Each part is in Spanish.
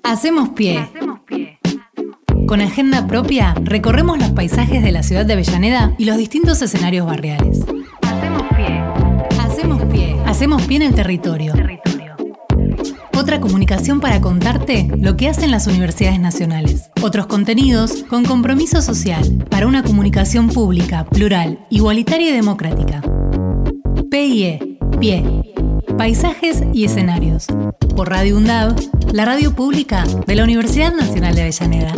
Hacemos pie. Con agenda propia, recorremos los paisajes de la ciudad de Avellaneda y los distintos escenarios barriales. Hacemos pie. Hacemos pie. Hacemos pie en el territorio. Otra comunicación para contarte lo que hacen las universidades nacionales. Otros contenidos con compromiso social para una comunicación pública, plural, igualitaria y democrática. PIE. Pie. Paisajes y escenarios. Por Radio UNDAV, la radio pública de la Universidad Nacional de Avellaneda.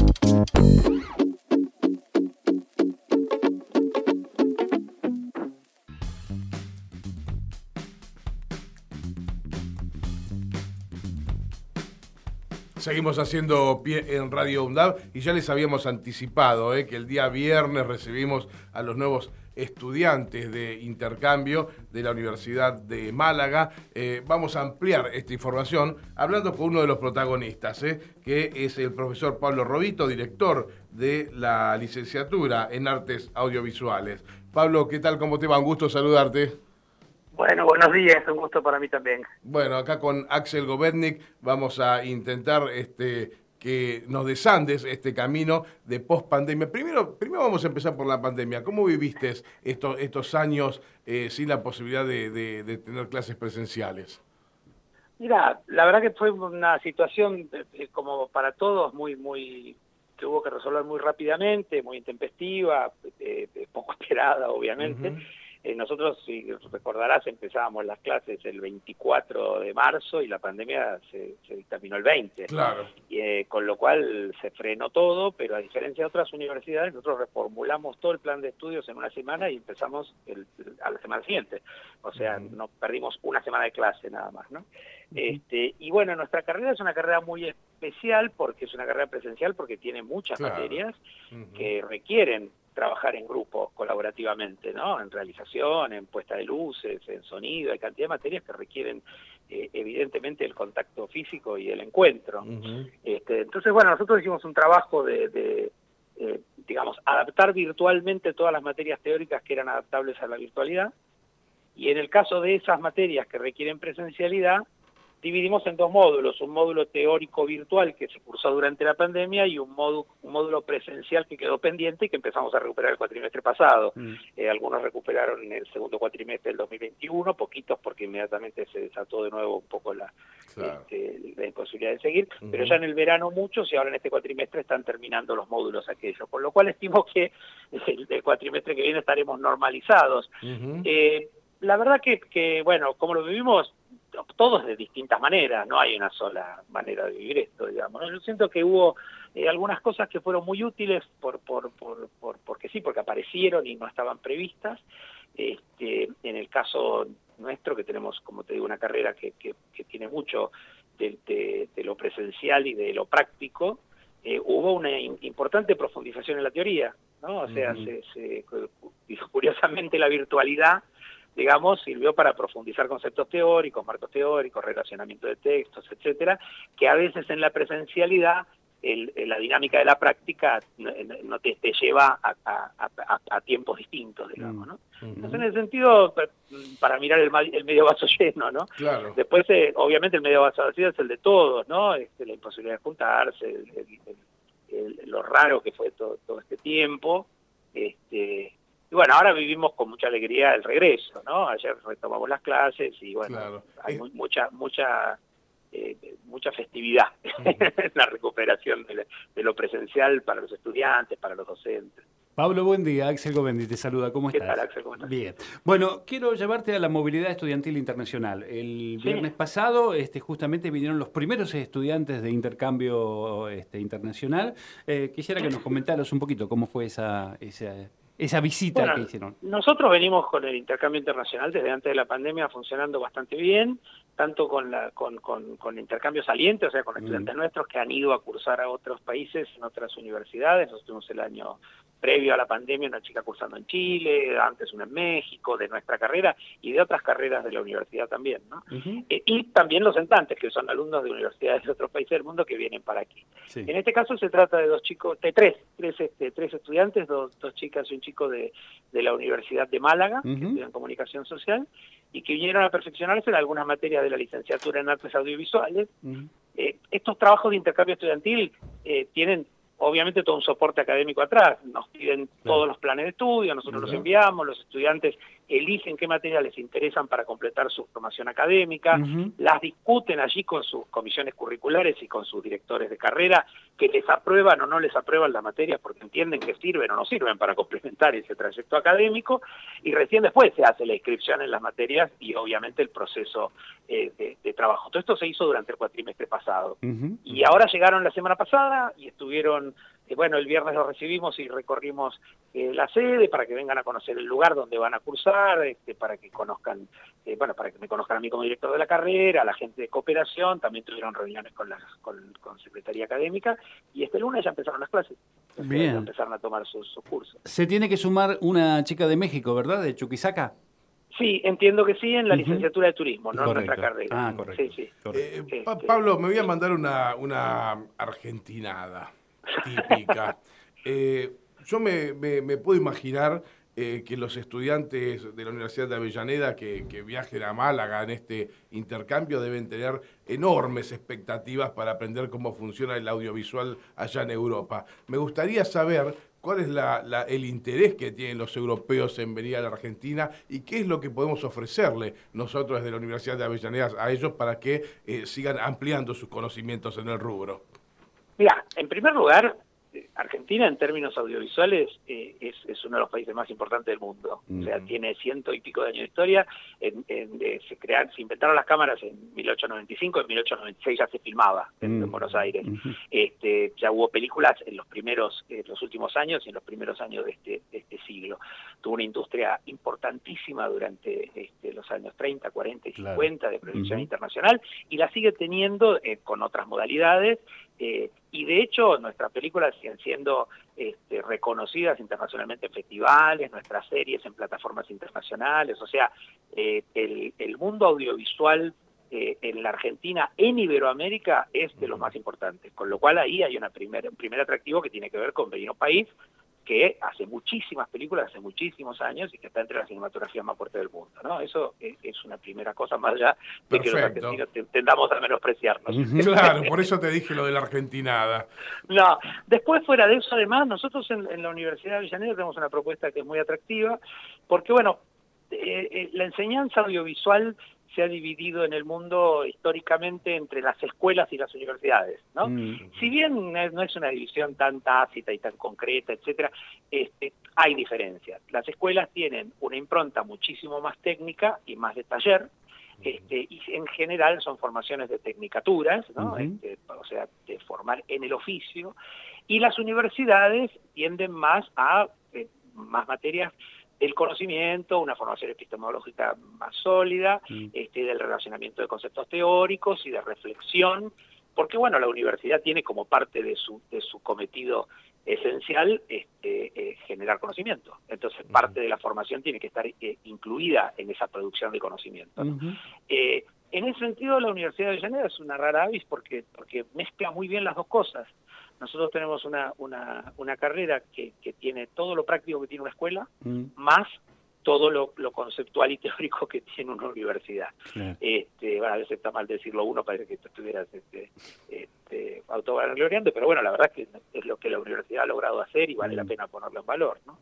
Seguimos haciendo pie en Radio UNDAV y ya les habíamos anticipado que el día viernes recibimos a los nuevos estudiantes de intercambio de la Universidad de Málaga. Vamos a ampliar esta información hablando con uno de los protagonistas, que es el profesor Pablo Robito, director de la licenciatura en Artes Audiovisuales. Pablo, ¿qué tal? ¿Cómo te va? Un gusto saludarte. Bueno, buenos días, un gusto para mí también. Bueno, acá con Axel Gobernik vamos a intentar que nos desandes este camino de post-pandemia. Primero vamos a empezar por la pandemia. ¿Cómo viviste estos años sin la posibilidad de tener clases presenciales? Mira, la verdad que fue una situación como para todos muy que hubo que resolver muy rápidamente, muy intempestiva, poco esperada, obviamente. Uh-huh. Nosotros, si recordarás, empezábamos las clases el 24 de marzo y la pandemia se terminó el 20. Claro. Con lo cual se frenó todo, pero a diferencia de otras universidades, nosotros reformulamos todo el plan de estudios en una semana y empezamos a la semana siguiente. O sea, no perdimos una semana de clase nada más, ¿no? Y bueno, nuestra carrera es una carrera muy especial porque es una carrera presencial porque tiene muchas materias que requieren trabajar en grupo colaborativamente, ¿no? En realización, en puesta de luces, en sonido, hay cantidad de materias que requieren evidentemente el contacto físico y el encuentro. Entonces, bueno, nosotros hicimos un trabajo digamos, adaptar virtualmente todas las materias teóricas que eran adaptables a la virtualidad, y en el caso de esas materias que requieren presencialidad, dividimos en dos módulos, un módulo teórico virtual que se cursó durante la pandemia y un módulo presencial que quedó pendiente y que empezamos a recuperar el cuatrimestre pasado. Algunos recuperaron en el segundo cuatrimestre del 2021, poquitos porque inmediatamente se desató de nuevo un poco la imposibilidad de seguir, pero ya en el verano muchos y ahora en este cuatrimestre están terminando los módulos aquellos, con lo cual estimo que el cuatrimestre que viene estaremos normalizados. La verdad que, bueno, como lo vivimos, todos de distintas maneras, no hay una sola manera de vivir esto, digamos, ¿no? Yo siento que hubo algunas cosas que fueron muy útiles porque sí, porque aparecieron y no estaban previstas. En el caso nuestro, que tenemos, como te digo, una carrera que tiene mucho de lo presencial y de lo práctico, hubo una importante profundización en la teoría, ¿no? O sea, curiosamente la virtualidad, digamos, sirvió para profundizar conceptos teóricos, marcos teóricos, relacionamiento de textos, etcétera, que a veces en la presencialidad la dinámica de la práctica no te lleva a tiempos distintos, digamos, ¿no? Entonces, en ese sentido, para mirar el medio vaso lleno, ¿no? Claro. Después, obviamente, el medio vaso vacío es el de todos, ¿no? La imposibilidad de juntarse, lo raro que fue todo este tiempo, y bueno, ahora vivimos con mucha alegría el regreso, ¿no? Ayer retomamos las clases y bueno, claro, hay mucha festividad en la recuperación de lo presencial para los estudiantes, para los docentes. Pablo, buen día. Axel Gobernik te saluda. ¿Cómo estás? ¿Qué tal, Axel? ¿Cómo estás? Bien. Bueno, quiero llevarte a la movilidad estudiantil internacional. El viernes pasado justamente vinieron los primeros estudiantes de intercambio internacional. Quisiera que nos comentaras un poquito cómo fue esa visita que hicieron. Nosotros venimos con el intercambio internacional desde antes de la pandemia funcionando bastante bien, tanto con intercambio saliente, o sea, con estudiantes nuestros que han ido a cursar a otros países, en otras universidades. Nosotros tuvimos el año previo a la pandemia una chica cursando en Chile, antes una en México, de nuestra carrera y de otras carreras de la universidad también, ¿no? Y también los entrantes, que son alumnos de universidades de otros países del mundo que vienen para aquí. Sí. En este caso se trata de tres estudiantes, dos chicas y un chico de la Universidad de Málaga, que estudian comunicación social, y que vinieron a perfeccionarse en algunas materias de la licenciatura en artes audiovisuales, estos trabajos de intercambio estudiantil tienen obviamente todo un soporte académico atrás, nos piden todos los planes de estudio, nosotros los enviamos, los estudiantes eligen qué materias les interesan para completar su formación académica, las discuten allí con sus comisiones curriculares y con sus directores de carrera, que les aprueban o no les aprueban las materias porque entienden que sirven o no sirven para complementar ese trayecto académico, y recién después se hace la inscripción en las materias y obviamente el proceso de trabajo. Todo esto se hizo durante el cuatrimestre pasado. Y ahora llegaron la semana pasada y estuvieron, bueno, el viernes los recibimos y recorrimos la sede para que vengan a conocer el lugar donde van a cursar, para que conozcan, para que me conozcan a mí como director de la carrera, a la gente de cooperación, también tuvieron reuniones con Secretaría Académica, y este lunes ya empezaron las clases. Bien. Ya empezaron a tomar sus cursos. Se tiene que sumar una chica de México, ¿verdad? De Chuquisaca. Sí, entiendo que sí, en la licenciatura de turismo, no Correcto. en nuestra carrera. Ah, correcto. Sí. Pablo, me voy a mandar una argentinada típica. Yo me puedo imaginar que los estudiantes de la Universidad de Avellaneda que viajen a Málaga en este intercambio deben tener enormes expectativas para aprender cómo funciona el audiovisual allá en Europa. Me gustaría saber cuál es el interés que tienen los europeos en venir a la Argentina y qué es lo que podemos ofrecerle nosotros desde la Universidad de Avellaneda a ellos para que sigan ampliando sus conocimientos en el rubro. Mira, en primer lugar, Argentina en términos audiovisuales es uno de los países más importantes del mundo. O sea, tiene 100 y pico de años de historia. Se inventaron las cámaras en 1895, en 1896 ya se filmaba en Buenos Aires. Ya hubo películas en los últimos años y en los primeros años de este siglo. Tuvo una industria importantísima durante los años 30, 40 y 50 de proyección internacional, y la sigue teniendo con otras modalidades. Y de hecho nuestras películas siguen siendo reconocidas internacionalmente en festivales, nuestras series en plataformas internacionales. O sea, el mundo audiovisual en la Argentina, en Iberoamérica, es de los más importantes, con lo cual ahí hay un primer atractivo que tiene que ver con venir a un país que hace muchísimas películas, hace muchísimos años, y que está entre las cinematografías más fuertes del mundo, ¿no? Eso es una primera cosa, más allá de que los argentinos tendamos a menospreciarnos. Claro, por eso te dije lo de la argentinada. No, después fuera de eso, además, nosotros en la Universidad de Avellaneda tenemos una propuesta que es muy atractiva, porque bueno, la enseñanza audiovisual se ha dividido en el mundo históricamente entre las escuelas y las universidades, ¿no? Si bien no es una división tan tácita y tan concreta, etcétera, hay diferencias. Las escuelas tienen una impronta muchísimo más técnica y más de taller, y en general son formaciones de tecnicaturas, ¿no? O sea, de formar en el oficio, y las universidades tienden más a más materias del conocimiento, una formación epistemológica más sólida, del relacionamiento de conceptos teóricos y de reflexión, porque bueno, la universidad tiene como parte de su cometido esencial generar conocimiento. Entonces parte de la formación tiene que estar incluida en esa producción de conocimiento, ¿no? En ese sentido, la Universidad de Avellaneda es una rara avis porque mezcla muy bien las dos cosas. Nosotros tenemos una carrera que tiene todo lo práctico que tiene una escuela, más todo lo conceptual y teórico que tiene una universidad. Bueno, a veces está mal decirlo uno, parece que tú estuvieras autovanagloriando, pero bueno, la verdad es que es lo que la universidad ha logrado hacer y vale la pena ponerlo en valor, ¿no?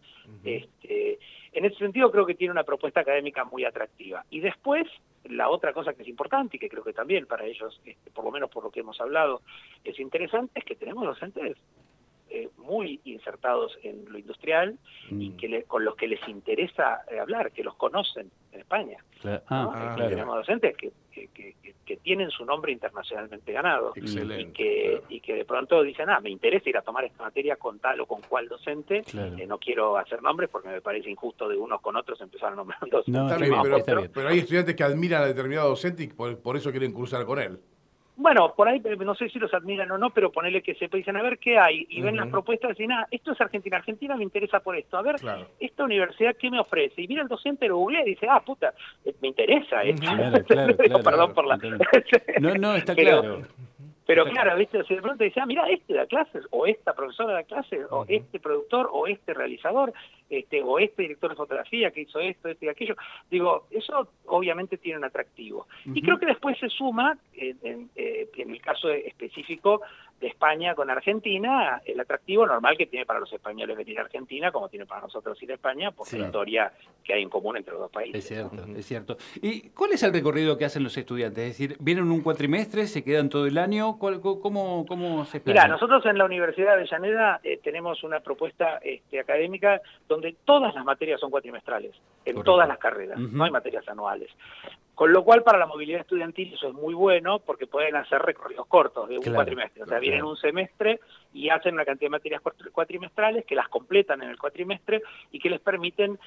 En ese sentido creo que tiene una propuesta académica muy atractiva. Y después, la otra cosa que es importante y que creo que también para ellos, por lo menos por lo que hemos hablado, es interesante, es que tenemos docentes muy insertados en lo industrial y con los que les interesa hablar, que los conocen en España. Claro. ¿No? Tenemos docentes que tienen su nombre internacionalmente ganado. Excelente, y que de pronto dicen, me interesa ir a tomar esta materia con tal o con cual docente. No quiero hacer nombres porque me parece injusto de unos con otros empezar a nombrar docentes. No, está bien, pero hay estudiantes que admiran a determinado docente y por eso quieren cursar con él. Bueno, por ahí no sé si los admiran o no, pero ponele que sepa, dicen, a ver qué hay, y ven las propuestas y dicen, esto es Argentina, Argentina me interesa por esto, a ver, esta universidad, ¿qué me ofrece? Y mira el docente, lo googlea y dice, puta, me interesa esto. Claro. Perdón por la... No, está claro. Pero claro, ¿viste? Si de pronto dice, mira, este da clases, o esta profesora da clases, o este productor, o este realizador, o este director de fotografía que hizo esto y aquello. Digo, eso obviamente tiene un atractivo. Y creo que después se suma, que en el caso específico de España con Argentina, el atractivo normal que tiene para los españoles venir a Argentina, como tiene para nosotros ir a España, por la historia que hay en común entre los dos países. Es cierto, es cierto. ¿Y cuál es el recorrido que hacen los estudiantes? Es decir, ¿vienen un cuatrimestre, se quedan todo el año? ¿Cómo se planean? Mira, nosotros en la Universidad de Avellaneda tenemos una propuesta académica donde todas las materias son cuatrimestrales, en todas las carreras, no hay materias anuales. Con lo cual, para la movilidad estudiantil eso es muy bueno porque pueden hacer recorridos cortos de un cuatrimestre. O sea, vienen un semestre y hacen una cantidad de materias cuatrimestrales que las completan en el cuatrimestre y que les permiten,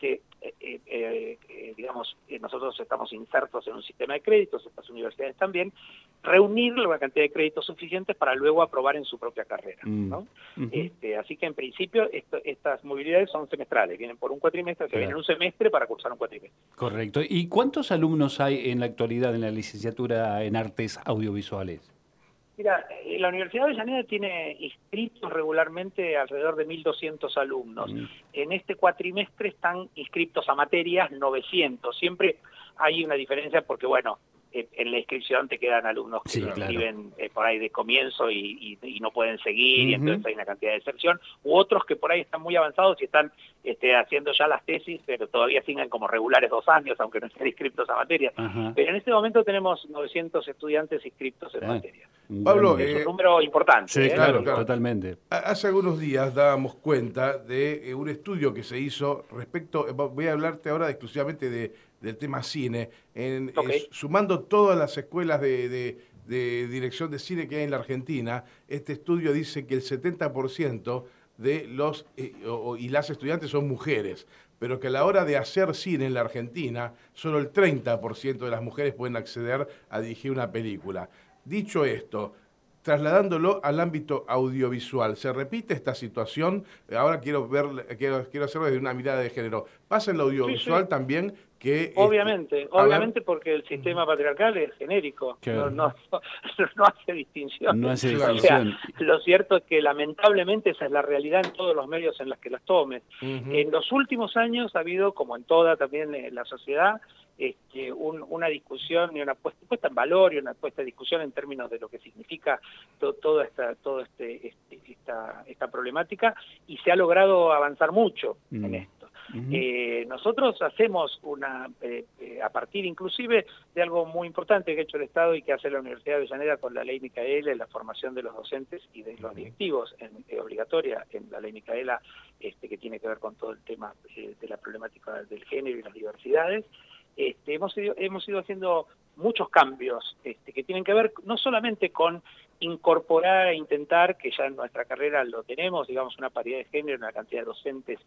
digamos, nosotros estamos insertos en un sistema de créditos, estas universidades también, reunir una cantidad de créditos suficientes para luego aprobar en su propia carrera, ¿no? Así que en principio estas movilidades son semestrales, vienen por un cuatrimestre, que vienen un semestre para cursar un cuatrimestre. Correcto. ¿Y cuántos alumnos hay en la actualidad en la licenciatura en artes audiovisuales? Mira, la Universidad de Avellaneda tiene inscritos regularmente alrededor de 1.200 alumnos. En este cuatrimestre están inscriptos a materias 900. Siempre hay una diferencia porque, bueno, en la inscripción te quedan alumnos que inscriben por ahí de comienzo y no pueden seguir, y entonces hay una cantidad de deserción, u otros que por ahí están muy avanzados y están haciendo ya las tesis, pero todavía siguen como regulares 2 años, aunque no estén inscriptos a materia. Pero en este momento tenemos 900 estudiantes inscriptos en materia. Pablo, es un número importante. Sí, claro, totalmente. Hace algunos días dábamos cuenta de un estudio que se hizo respecto, voy a hablarte ahora exclusivamente del tema cine, sumando todas las escuelas de dirección de cine que hay en la Argentina. Este estudio dice que el 70% de los y las estudiantes son mujeres, pero que a la hora de hacer cine en la Argentina, solo el 30% de las mujeres pueden acceder a dirigir una película. Dicho esto, trasladándolo al ámbito audiovisual, ¿se repite esta situación? Ahora quiero hacerlo desde una mirada de género. ¿Pasa en el audiovisual también que... Obviamente, porque el sistema patriarcal es genérico, no hace distinción. No hace distinción. O sea, lo cierto es que lamentablemente esa es la realidad en todos los medios en los que las tomes. En los últimos años ha habido, como en toda también la sociedad, una discusión y una puesta en valor y una puesta en discusión en términos de lo que significa toda esta problemática, y se ha logrado avanzar mucho en esto. Nosotros hacemos a partir inclusive de algo muy importante que ha hecho el Estado y que hace la Universidad de Avellaneda con la Ley Micaela, la formación de los docentes y de los directivos obligatoria en la Ley Micaela, que tiene que ver con todo el tema de la problemática del género y las diversidades. Hemos ido haciendo muchos cambios que tienen que ver no solamente con incorporar e intentar, que ya en nuestra carrera lo tenemos, digamos, una paridad de género, una cantidad de docentes,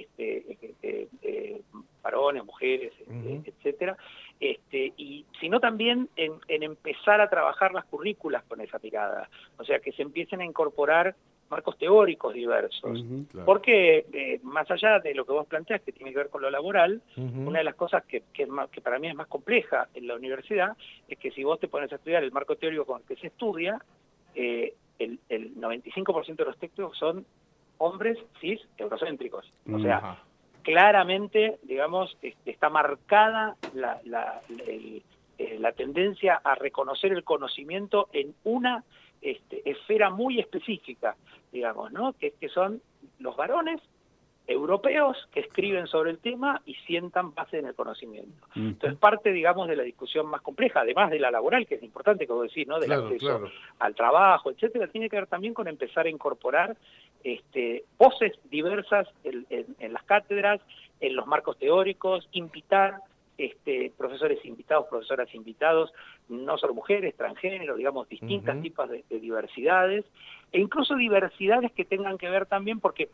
varones, mujeres, etcétera, sino también en empezar a trabajar las currículas con esa mirada, o sea, que se empiecen a incorporar marcos teóricos diversos, porque más allá de lo que vos planteás, que tiene que ver con lo laboral, una de las cosas que para mí es más compleja en la universidad, es que si vos te pones a estudiar el marco teórico con el que se estudia, el 95% de los textos son hombres cis eurocéntricos, o sea, claramente, digamos, está marcada la tendencia a reconocer el conocimiento en una esfera muy específica, digamos, ¿no? Que son los varones europeos que escriben sobre el tema y sientan base en el conocimiento. Entonces, parte, digamos, de la discusión más compleja, además de la laboral, que es importante, como decir, ¿no? Del acceso al trabajo, etcétera, tiene que ver también con empezar a incorporar voces diversas en las cátedras, en los marcos teóricos, invitar profesores invitados, profesoras invitados, no solo mujeres, transgénero, digamos, distintos tipos de diversidades, e incluso diversidades que tengan que ver también porque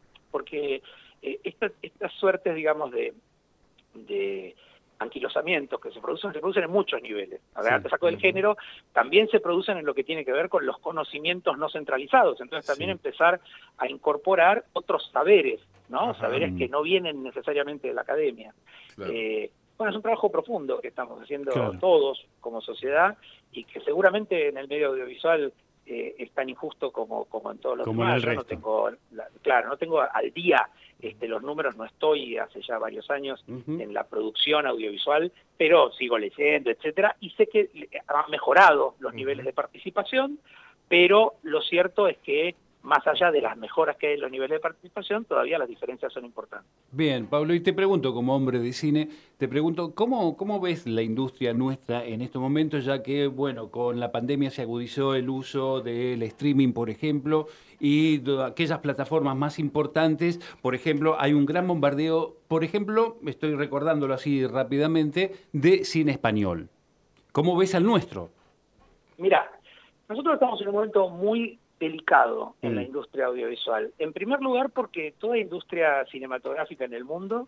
estas suertes, digamos, de anquilosamientos que se producen en muchos niveles. A ver, te saco del género, también se producen en lo que tiene que ver con los conocimientos no centralizados. Entonces también empezar a incorporar otros saberes, ¿no? Saberes que no vienen necesariamente de la academia. Claro. Bueno, es un trabajo profundo que estamos haciendo todos como sociedad y que seguramente en el medio audiovisual es tan injusto como en todos los como demás. en el Yo resto. no tengo al día los números, no estoy hace ya varios años en la producción audiovisual, pero sigo leyendo, etcétera, y sé que han mejorado los niveles de participación, pero lo cierto es que más allá de las mejoras que hay en los niveles de participación, todavía las diferencias son importantes. Bien, Pablo, y te pregunto, como hombre de cine, ¿cómo ves la industria nuestra en estos momentos, ya que, bueno, con la pandemia se agudizó el uso del streaming, por ejemplo, y de aquellas plataformas más importantes? Por ejemplo, hay un gran bombardeo, por ejemplo, estoy recordándolo así rápidamente, de cine español. ¿Cómo ves al nuestro? Mira, nosotros estamos en un momento muy delicado en la industria audiovisual. En primer lugar, porque toda industria cinematográfica en el mundo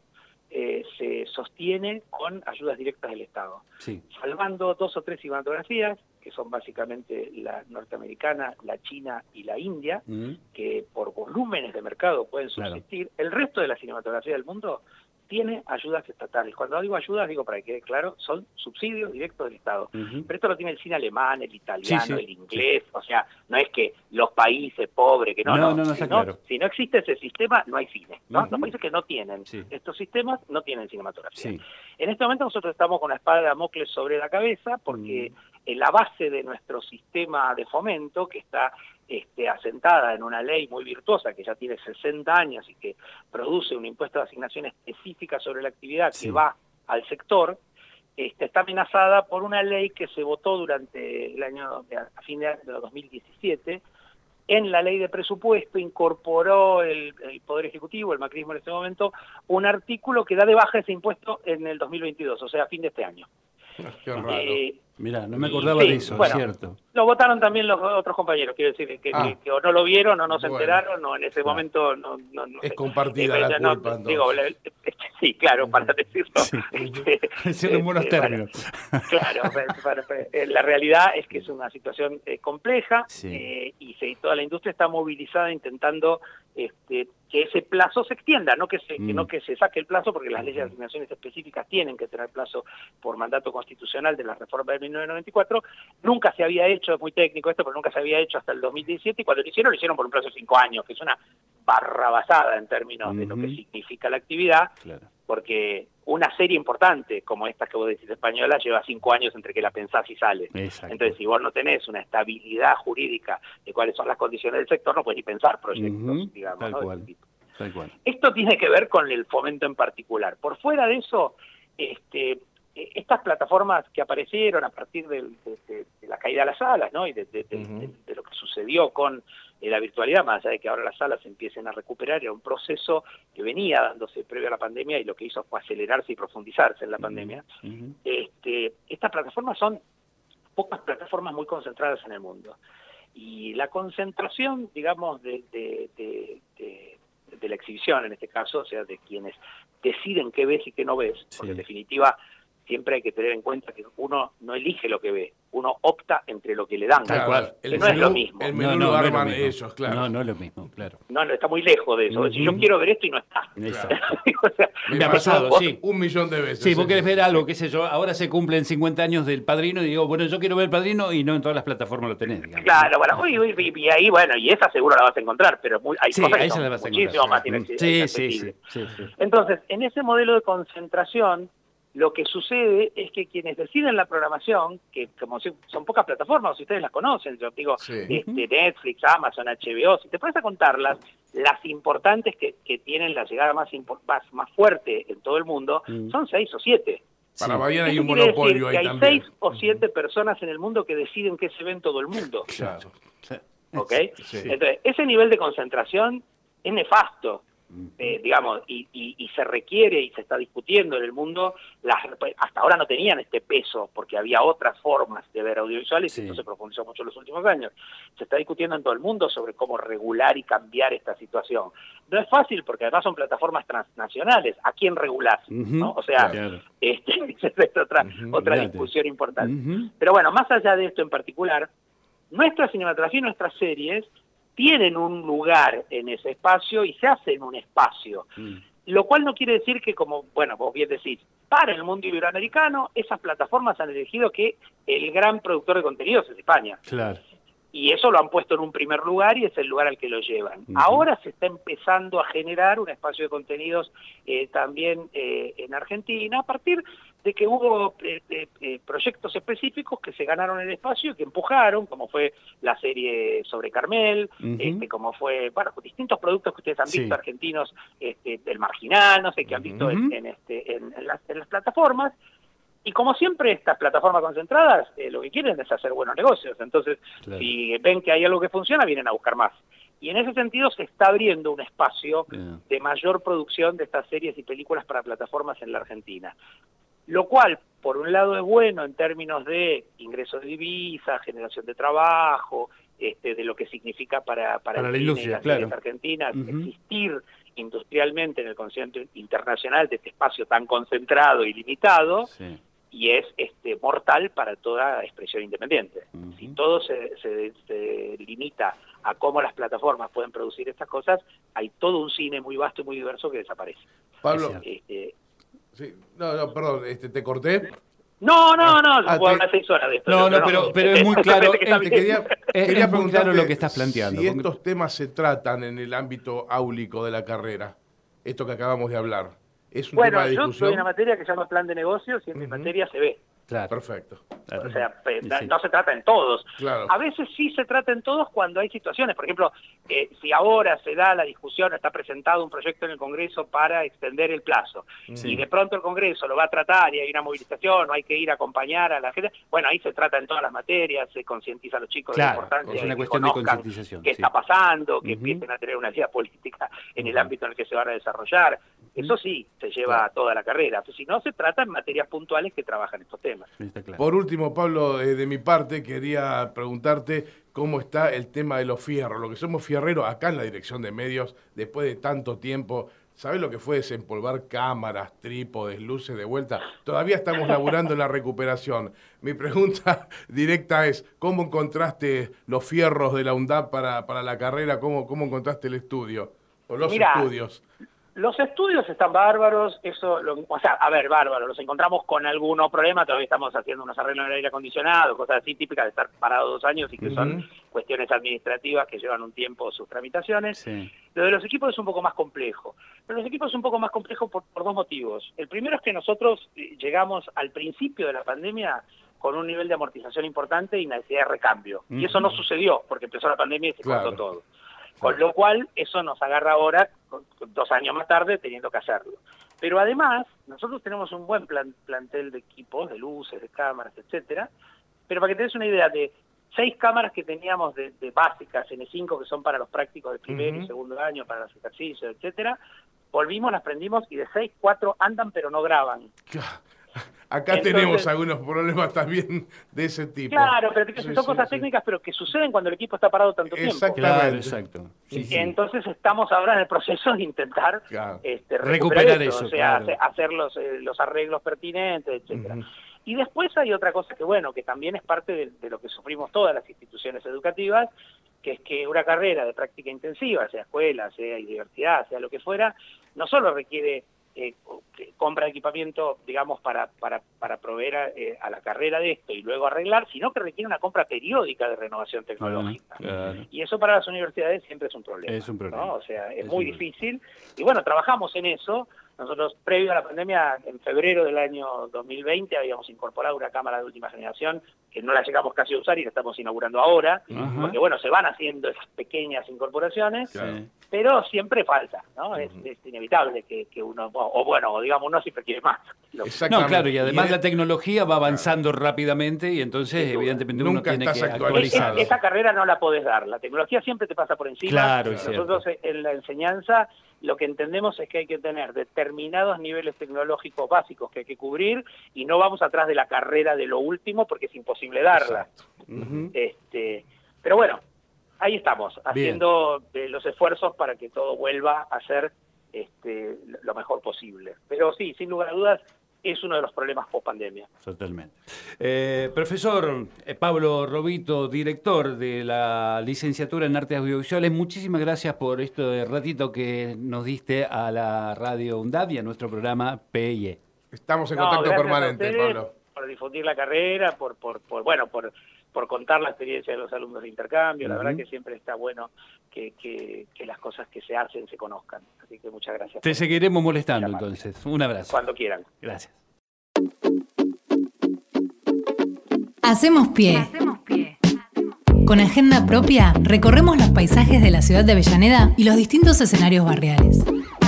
se sostiene con ayudas directas del Estado. Sí. Salvando 2 o 3 cinematografías, que son básicamente la norteamericana, la china y la india, que por volúmenes de mercado pueden subsistir. Claro. El resto de la cinematografía del mundo tiene ayudas estatales. Cuando digo ayudas, digo para que quede claro, son subsidios directos del Estado. Pero esto lo tiene el cine alemán, el italiano, el inglés, o sea, no es que los países pobres, que si no existe ese sistema, no hay cine, ¿no? Los países que no tienen estos sistemas, no tienen cinematografía. En este momento nosotros estamos con la espada de Damocles sobre la cabeza, porque en la base de nuestro sistema de fomento, que está asentada en una ley muy virtuosa que ya tiene 60 años y que produce un impuesto de asignación específica sobre la actividad que va al sector, está amenazada por una ley que se votó durante el año, a fin de año de 2017. En la ley de presupuesto incorporó el Poder Ejecutivo, el macrismo en este momento, un artículo que da de baja ese impuesto en el 2022, o sea, a fin de este año. Qué raro. Mirá, no me acordaba de eso, es cierto. Lo votaron también los otros compañeros, quiero decir, que o no lo vieron o no se enteraron, o en ese momento no es compartida la culpa, sí, claro, para decirlo. En buenos términos. Claro, la realidad es que es una situación compleja y toda la industria está movilizada intentando que ese plazo se extienda, no que se saque el plazo, porque las leyes de asignaciones específicas tienen que tener plazo por mandato constitucional de la reforma de 1994. Nunca se había hecho, es muy técnico esto, pero nunca se había hecho hasta el 2017, y cuando lo hicieron por un plazo de 5 años, que es una barrabasada en términos de lo que significa la actividad, porque una serie importante como esta que vos decís española lleva 5 años entre que la pensás y sale. Exacto. Entonces, si vos no tenés una estabilidad jurídica de cuáles son las condiciones del sector, no podés ni pensar proyectos, digamos. Tal cual. Esto tiene que ver con el fomento en particular. Por fuera de eso, estas plataformas que aparecieron a partir de la caída de las salas, ¿no? Y de lo que sucedió con la virtualidad, más allá de que ahora las salas empiecen a recuperar, era un proceso que venía dándose previo a la pandemia y lo que hizo fue acelerarse y profundizarse en la pandemia. Estas plataformas son pocas plataformas muy concentradas en el mundo. Y la concentración, digamos, de la exhibición, en este caso, o sea, de quienes deciden qué ves y qué no ves, porque en definitiva siempre hay que tener en cuenta que uno no elige lo que ve, uno opta entre lo que le dan. Tal cual. No es lo mismo. El menú lo arman ellos, claro. No es lo mismo, claro. No, está muy lejos de eso. Si yo quiero ver esto y no está. O sea, me ha pasado, sí. 1.000.000 de veces. Sí, vos querés ver algo, qué sé yo, ahora se cumplen 50 años del Padrino y digo, bueno, yo quiero ver el Padrino y no en todas las plataformas lo tenés, digamos. Claro, bueno, y ahí, bueno, y esa seguro la vas a encontrar, pero hay cosas que son muchísimo más inaccesibles. Sí. Entonces, en ese modelo de concentración, lo que sucede es que quienes deciden la programación, que como son pocas plataformas, si ustedes las conocen, yo digo, Netflix, Amazon, HBO, si te pones a contarlas, las importantes que tienen la llegada más fuerte en todo el mundo, son 6 o 7. Para Bahía hay un monopolio ahí también. Hay 6 o 7 personas en el mundo que deciden qué se ve en todo el mundo. Claro. ¿Ok? Entonces, ese nivel de concentración es nefasto. Digamos, y se requiere y se está discutiendo en el mundo, hasta ahora no tenían este peso porque había otras formas de ver audiovisuales y esto se profundizó mucho en los últimos años. Se está discutiendo en todo el mundo sobre cómo regular y cambiar esta situación. No es fácil porque además son plataformas transnacionales. ¿A quién regulás? ¿No? O sea, esa es otra discusión importante. Pero bueno, más allá de esto en particular, nuestra cinematografía y nuestras series tienen un lugar en ese espacio y se hacen un espacio. Lo cual no quiere decir que, como, bueno, vos bien decís, para el mundo iberoamericano, esas plataformas han elegido que el gran productor de contenidos es España. Claro. y eso lo han puesto en un primer lugar y es el lugar al que lo llevan. Ahora se está empezando a generar un espacio de contenidos también en Argentina, a partir de que hubo proyectos específicos que se ganaron el espacio y que empujaron, como fue la serie sobre Carmel, como fue, bueno, distintos productos que ustedes han visto argentinos, del Marginal, no sé, que han visto en las plataformas. Y como siempre, estas plataformas concentradas lo que quieren es hacer buenos negocios. Entonces, si ven que hay algo que funciona, vienen a buscar más. Y en ese sentido se está abriendo un espacio de mayor producción de estas series y películas para plataformas en la Argentina. Lo cual, por un lado, es bueno en términos de ingresos de divisas, generación de trabajo, de lo que significa para la industria, las series argentinas, existir industrialmente en el concierto internacional de este espacio tan concentrado y limitado. Y es mortal para toda expresión independiente. Si todo se limita a cómo las plataformas pueden producir estas cosas, hay todo un cine muy vasto y muy diverso que desaparece. Pablo, perdón, ¿te corté? No, puedo hablar 6 horas de esto. Pero es muy claro, quería preguntar lo que estás planteando. Si estos temas se tratan en el ámbito áulico de la carrera, esto que acabamos de hablar, ¿es un tema de discusión? Yo soy una materia que se llama plan de negocios y en mi materia se ve. Claro. Perfecto. O sea, no se trata en todos. Claro. A veces sí se trata en todos cuando hay situaciones. Por ejemplo, si ahora se da la discusión, está presentado un proyecto en el Congreso para extender el plazo, y de pronto el Congreso lo va a tratar y hay una movilización, o hay que ir a acompañar a la gente, bueno, ahí se trata en todas las materias, se concientiza a los chicos de la importancia es una de cuestión de concientización. Qué está pasando, que empiecen a tener una vida política en el ámbito en el que se van a desarrollar. Eso sí, se lleva a toda la carrera. Si no, se trata en materias puntuales que trabajan estos temas. Por último, Pablo, de mi parte, quería preguntarte cómo está el tema de los fierros. Lo que somos fierreros acá en la dirección de medios, después de tanto tiempo, ¿sabés lo que fue desempolvar cámaras, trípodes, luces de vuelta? Todavía estamos laburando en la recuperación. Mi pregunta directa es, ¿cómo encontraste los fierros de la UNDAP para la carrera? ¿Cómo encontraste el estudio? O los estudios. Los estudios están bárbaros, bárbaros, los encontramos con algunos problemas, todavía estamos haciendo unos arreglos en el aire acondicionado, cosas así típicas de estar parado 2 años y que son cuestiones administrativas que llevan un tiempo sus tramitaciones. Lo de los equipos es un poco más complejo, pero los equipos es un poco más complejo por 2 motivos. El primero es que nosotros llegamos al principio de la pandemia con un nivel de amortización importante y necesidad de recambio, y eso no sucedió porque empezó la pandemia y se cortó todo. Con lo cual, eso nos agarra ahora, 2 años más tarde, teniendo que hacerlo. Pero además, nosotros tenemos un buen plantel de equipos, de luces, de cámaras, etcétera. Pero para que tengas una idea, de 6 cámaras que teníamos de básicas, N5, que son para los prácticos de primer y segundo año, para los ejercicios, etcétera, volvimos, las prendimos y de 6, 4 andan pero no graban. Acá entonces, tenemos algunos problemas también de ese tipo. Claro, pero son cosas técnicas, pero que suceden cuando el equipo está parado tanto tiempo. Exactamente. Exacto. Entonces estamos ahora en el proceso de intentar recuperar eso, o sea, hacer los arreglos pertinentes, etcétera. Y después hay otra cosa que también es parte de lo que sufrimos todas las instituciones educativas, que es que una carrera de práctica intensiva, sea escuela, sea universidad, sea lo que fuera, no solo requiere compra de equipamiento, digamos, para proveer a la carrera de esto y luego arreglar, sino que requiere una compra periódica de renovación tecnológica. Y eso para las universidades siempre es un problema. Es un problema. ¿No? O sea, es muy difícil. Y bueno, trabajamos en eso. Nosotros, previo a la pandemia, en febrero del año 2020, habíamos incorporado una cámara de última generación que no la llegamos casi a usar y la estamos inaugurando ahora, porque bueno, se van haciendo esas pequeñas incorporaciones, pero siempre falta, ¿no? Es inevitable que uno, digamos, uno siempre quiere más. No, claro, y además la tecnología va avanzando rápidamente y entonces evidentemente uno tiene que actualizar. Esa carrera no la podés dar, la tecnología siempre te pasa por encima. Claro, nosotros en la enseñanza lo que entendemos es que hay que tener determinados niveles tecnológicos básicos que hay que cubrir y no vamos atrás de la carrera de lo último porque es imposible darla. Pero bueno, ahí estamos, haciendo los esfuerzos para que todo vuelva a ser lo mejor posible. Pero sí, sin lugar a dudas, es uno de los problemas post-pandemia. Totalmente. Profesor Pablo Robito, director de la licenciatura en Artes Audiovisuales, muchísimas gracias por este ratito que nos diste a la radio UNDAB y a nuestro programa PIE. Estamos en contacto permanente, Pablo. Por difundir la carrera, por por contar la experiencia de los alumnos de intercambio. La verdad que siempre está bueno que las cosas que se hacen se conozcan. Así que muchas gracias. Te seguiremos molestando entonces. Un abrazo. Cuando quieran. Gracias. Hacemos pie. Con agenda propia, recorremos los paisajes de la ciudad de Avellaneda y los distintos escenarios barriales.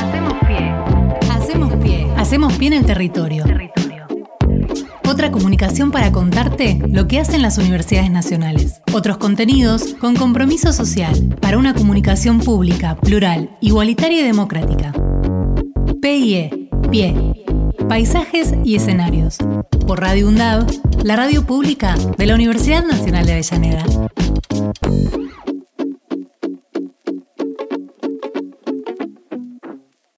Hacemos pie en el territorio. Otra comunicación para contarte lo que hacen las universidades nacionales. Otros contenidos con compromiso social para una comunicación pública, plural, igualitaria y democrática. PIE, pie. Paisajes y escenarios. Por Radio UNDAV, la radio pública de la Universidad Nacional de Avellaneda.